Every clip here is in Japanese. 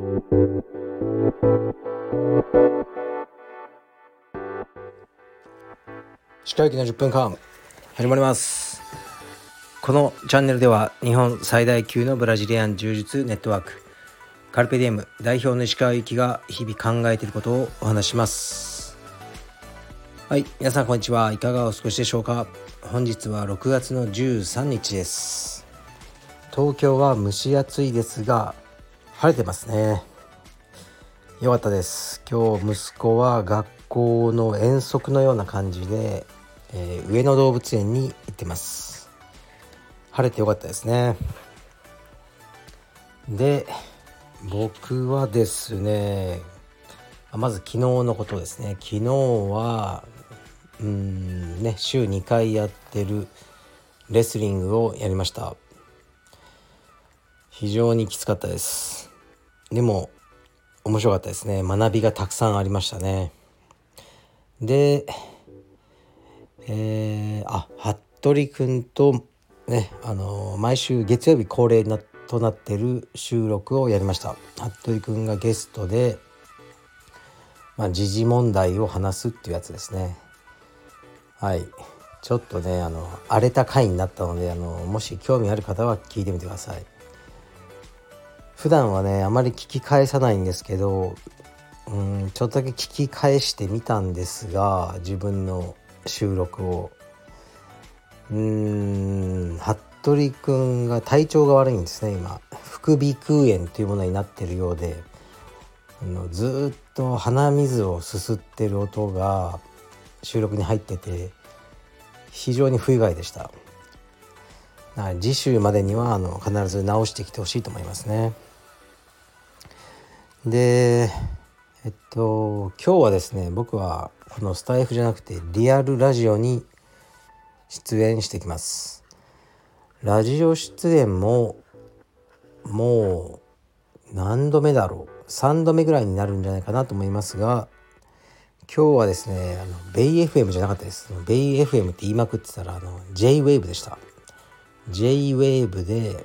歯科医の10分間始まります。このチャンネルでは日本最大級のブラジリアン柔術ネットワークカルペディエム代表の石川由紀が日々考えていることをお話します。はい、皆さんこんにちは。いかがお過ごしでしょうか。本日は6月の13日です。東京は蒸し暑いですが晴れてますね。よかったです。今日息子は学校の遠足のような感じで、上野動物園に行ってます。晴れてよかったですね。で、僕はですね、まず昨日のことですね。昨日は週2回やってるレスリングをやりました。非常にきつかったです。でも面白かったですね。学びがたくさんありましたね。で、服部くんとね、毎週月曜日恒例となっている収録をやりました。服部くんがゲストで、時事問題を話すっていうやつですね。はい、ちょっとね荒れた回になったのでもし興味ある方は聞いてみてください。普段はねあまり聞き返さないんですけど、ちょっとだけ聞き返してみたんですが、自分の収録を服部くんが体調が悪いんですね。今副鼻腔炎というものになっているようで、ずっと鼻水をすすってる音が収録に入ってて非常に不愉快でした。次週までには必ず直してきてほしいと思いますね。で今日はですね、僕はこのスタイフじゃなくてリアルラジオに出演してきます。ラジオ出演ももう何度目だろう、3度目ぐらいになるんじゃないかなと思いますが、今日はですねベイ FM じゃなかったです。ベイ FM って言いまくってたらJ-Wave でした。 J-Wave で、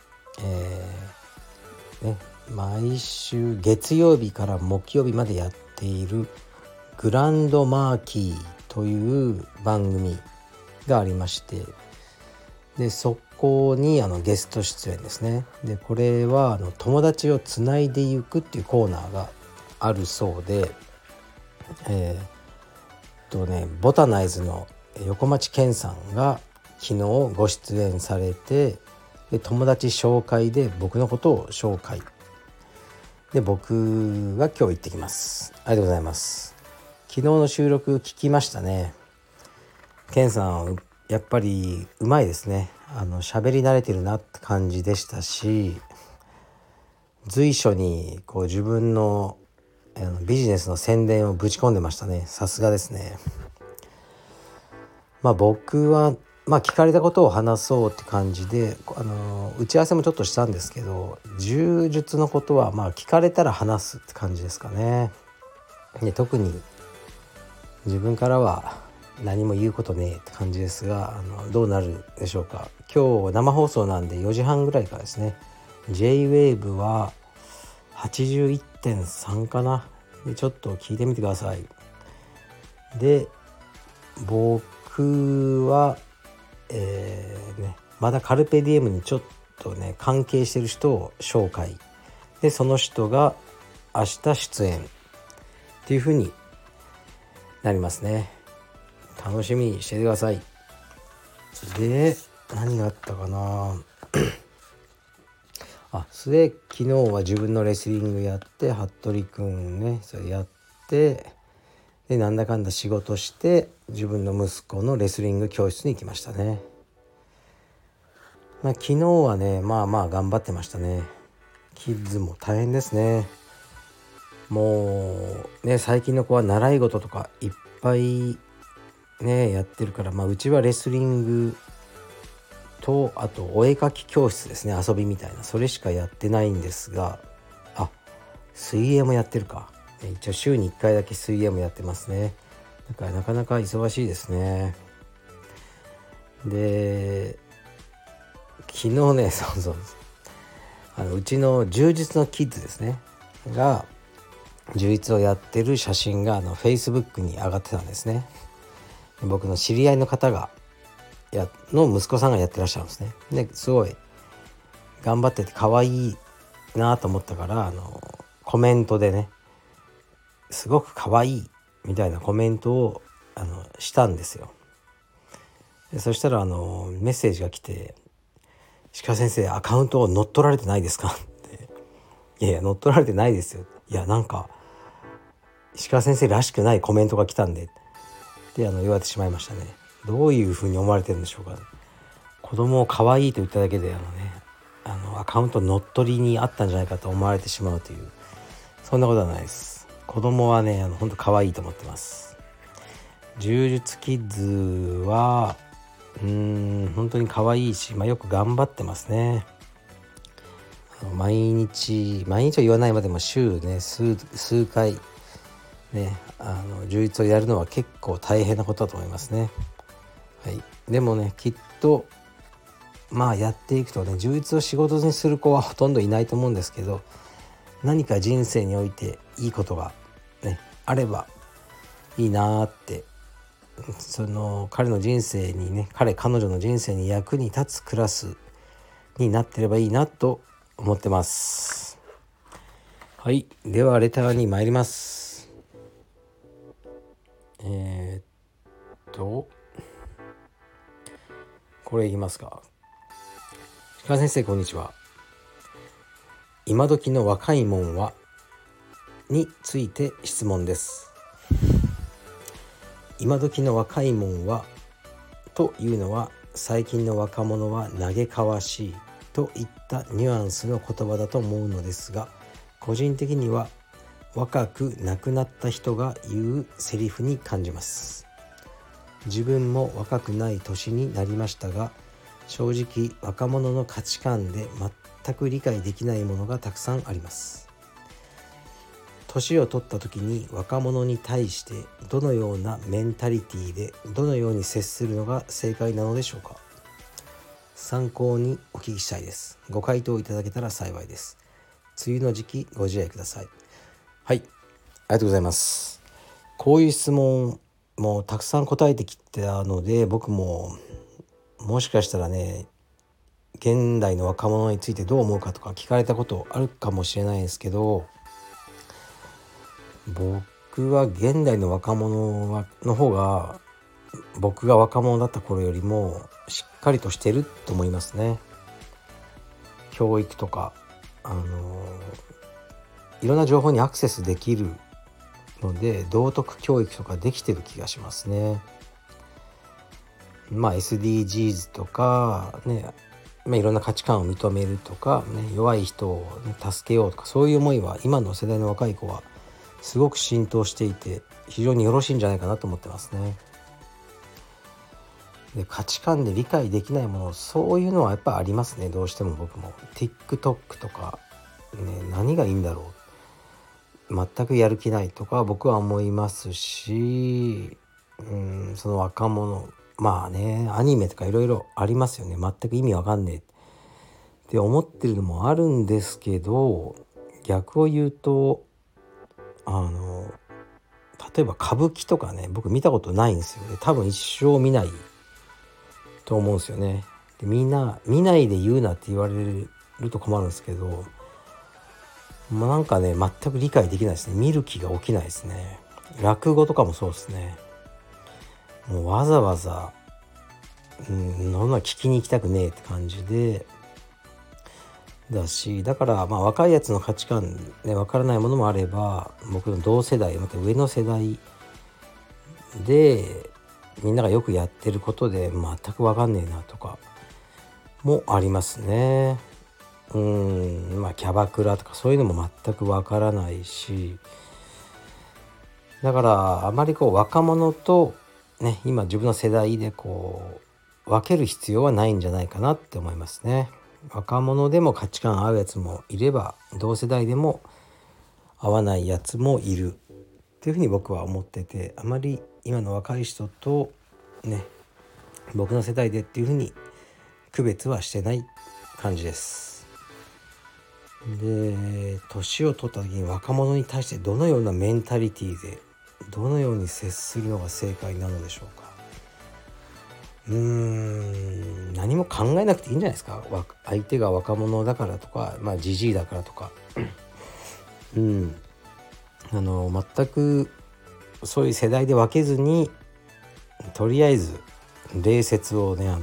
毎週月曜日から木曜日までやっているグランドマーキーという番組がありまして、でそこにゲスト出演ですね。でこれは友達をつないでいくっていうコーナーがあるそうで、ボタナイズの横町健さんが昨日ご出演されて、で友達紹介で僕のことを紹介で、僕が今日行ってきます。ありがとうございます。昨日の収録聞きましたね。健さんやっぱりうまいですね。喋り慣れてるなって感じでしたし、随所に自分のビジネスの宣伝をぶち込んでましたね。さすがですね。僕は聞かれたことを話そうって感じで打ち合わせもちょっとしたんですけど、柔術のことは聞かれたら話すって感じですかね。で特に自分からは何も言うことねえって感じですが、どうなるでしょうか。今日生放送なんで4時半ぐらいからですね。 J-Wave は 81.3 かな。でちょっと聞いてみてください。で僕はまだカルペディエムにちょっとね関係してる人を紹介で、その人が明日出演っていう風になりますね。楽しみにしててください。で何があったかなそれで昨日は自分のレスリングやって、服部くんねそれやって、でなんだかんだ仕事して自分の息子のレスリング教室に行きましたね。昨日はね頑張ってましたね。キッズも大変ですね。もうね最近の子は習い事とかいっぱいねやってるから、うちはレスリングとあとお絵描き教室ですね、遊びみたいな、それしかやってないんですが、水泳もやってるか。一応週に1回だけ水泳もやってますね。だからなかなか忙しいですね。で昨日ねうちの柔術のキッズですね、 が充実をやってる写真がFacebook に上がってたんですね。僕の知り合いの方がの息子さんがやってらっしゃるんですね。ですごい頑張ってて可愛いなと思ったからコメントでね、すごく可愛いみたいなコメントをしたんですよ。でそしたらメッセージが来て、石川先生アカウントを乗っ取られてないですかって。いやいや乗っ取られてないですよ。いやなんか石川先生らしくないコメントが来たんでって言われてしまいましたね。どういうふうに思われてるんでしょうか。子供を可愛いと言っただけでアカウント乗っ取りにあったんじゃないかと思われてしまうという、そんなことはないです。子供はね本当可愛いと思ってます。柔術キッズは本当に可愛いし、よく頑張ってますね。毎日は言わないまでも週ね数回ね充実をやるのは結構大変なことだと思いますね。はい、でもねきっとやっていくとね、充実を仕事にする子はほとんどいないと思うんですけど、何か人生においていいことがねあればいいなって、彼の人生にね彼女の人生に役に立つクラスになってればいいなと思ってます。はい、ではレターに参ります。これ言いますか。石川先生こんにちは。今時の若いもんはについて質問です。今時の若いもんはというのは、最近の若者は嘆かわしいといったニュアンスの言葉だと思うのですが、個人的には若く亡くなった人が言うセリフに感じます。自分も若くない年になりましたが、正直若者の価値観で全く理解できないものがたくさんあります。年を取った時に若者に対してどのようなメンタリティでどのように接するのが正解なのでしょうか。参考にお聞きしたいです。ご回答いただけたら幸いです。梅雨の時期ご自愛ください。はい、ありがとうございます。こういう質問もたくさん答えてきたので、僕ももしかしたらね現代の若者についてどう思うかとか聞かれたことあるかもしれないですけど、僕は現代の若者の方が僕が若者だった頃よりもしっかりとしてると思いますね。教育とかいろんな情報にアクセスできるので、道徳教育とかできてる気がしますね。SDGs とかね、いろんな価値観を認めるとか、弱い人を、助けようとか、そういう思いは今の世代の若い子はすごく浸透していて、非常によろしいんじゃないかなと思ってますね。で価値観で理解できないもの、そういうのはやっぱありますね。どうしても僕も TikTok とか、何がいいんだろう、全くやる気ないとか僕は思いますし、その若者アニメとかいろいろありますよね。全く意味わかんねえって思ってるのもあるんですけど、逆を言うと例えば歌舞伎とかね、僕見たことないんですよね。多分一生見ないと思うんですよね。でみんな見ないで言うなって言われると困るんですけど、なんかね全く理解できないですね。見る気が起きないですね。落語とかもそうですね。もうわざわざそんな聞きに行きたくねえって感じでだし、だから若いやつの価値観ね分からないものもあれば、僕の同世代また上の世代でみんながよくやってることで全く分かんねえなとかもありますね。キャバクラとかそういうのも全く分からないし、だからあまり若者とね今自分の世代で分ける必要はないんじゃないかなって思いますね。若者でも価値観合うやつもいれば、同世代でも合わないやつもいるっていうふうに僕は思ってて、あまり今の若い人とね僕の世代でっていうふうに区別はしてない感じです。 で年を取った時に若者に対してどのようなメンタリティでどのように接するのが正解なのでしょうか。何も考えなくていいんじゃないですか。相手が若者だからとかじじいだからとか全くそういう世代で分けずにとりあえず礼節をね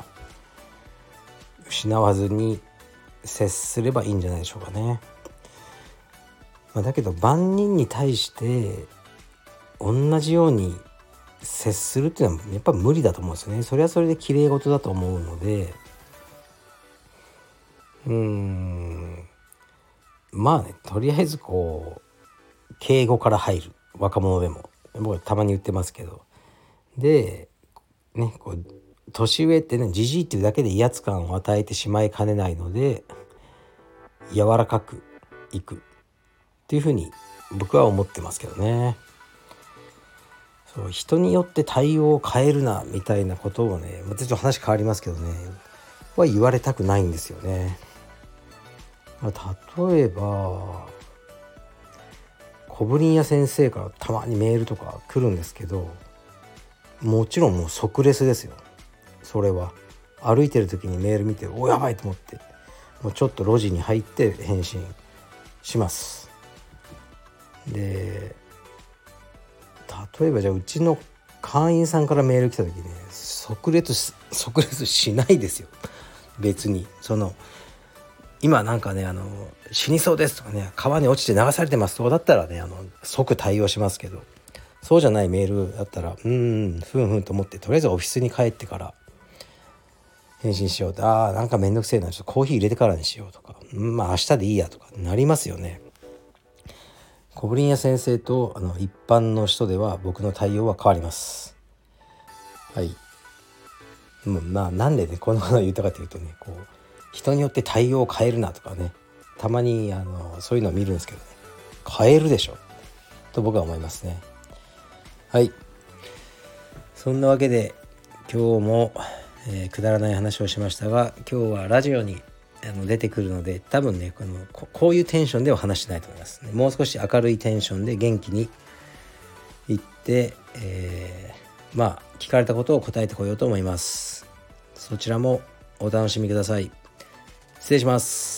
失わずに接すればいいんじゃないでしょうかね。だけど万人に対して同じように接するっていうのはやっぱ無理だと思うんですよね。それはそれで綺麗事だと思うのでとりあえず敬語から入る。若者でも僕はたまに言ってますけど、でね年上ってねじじいっていうだけで威圧感を与えてしまいかねないので柔らかくいくっていうふうに僕は思ってますけどね。そう人によって対応を変えるなみたいなことをねちょっと話変わりますけどねは言われたくないんですよね。例えば小ぶりんや先生からたまにメールとか来るんですけど、もちろんもう即レスですよ。それは歩いてる時にメール見てやばいと思ってもうちょっと路地に入って返信します。で例えばじゃあうちの会員さんからメール来た時ね即レスしないですよ。別に今死にそうですとかね川に落ちて流されてますとかだったらね即対応しますけど、そうじゃないメールだったらふんと思ってとりあえずオフィスに帰ってから返信しようとなんかめんどくせえなちょっとコーヒー入れてからにしようとか明日でいいやとかなりますよね。小ぶりんや先生と一般の人では僕の対応は変わります。はい。なんでねこのことを言ったかというとね人によって対応を変えるなとかねたまにそういうのを見るんですけどね変えるでしょと僕は思いますね。はい。そんなわけで今日も、くだらない話をしましたが今日はラジオに出てくるので多分ねこういうテンションでは話してないと思います、ね、もう少し明るいテンションで元気に言って、聞かれたことを答えてこようと思います。そちらもお楽しみください。失礼します。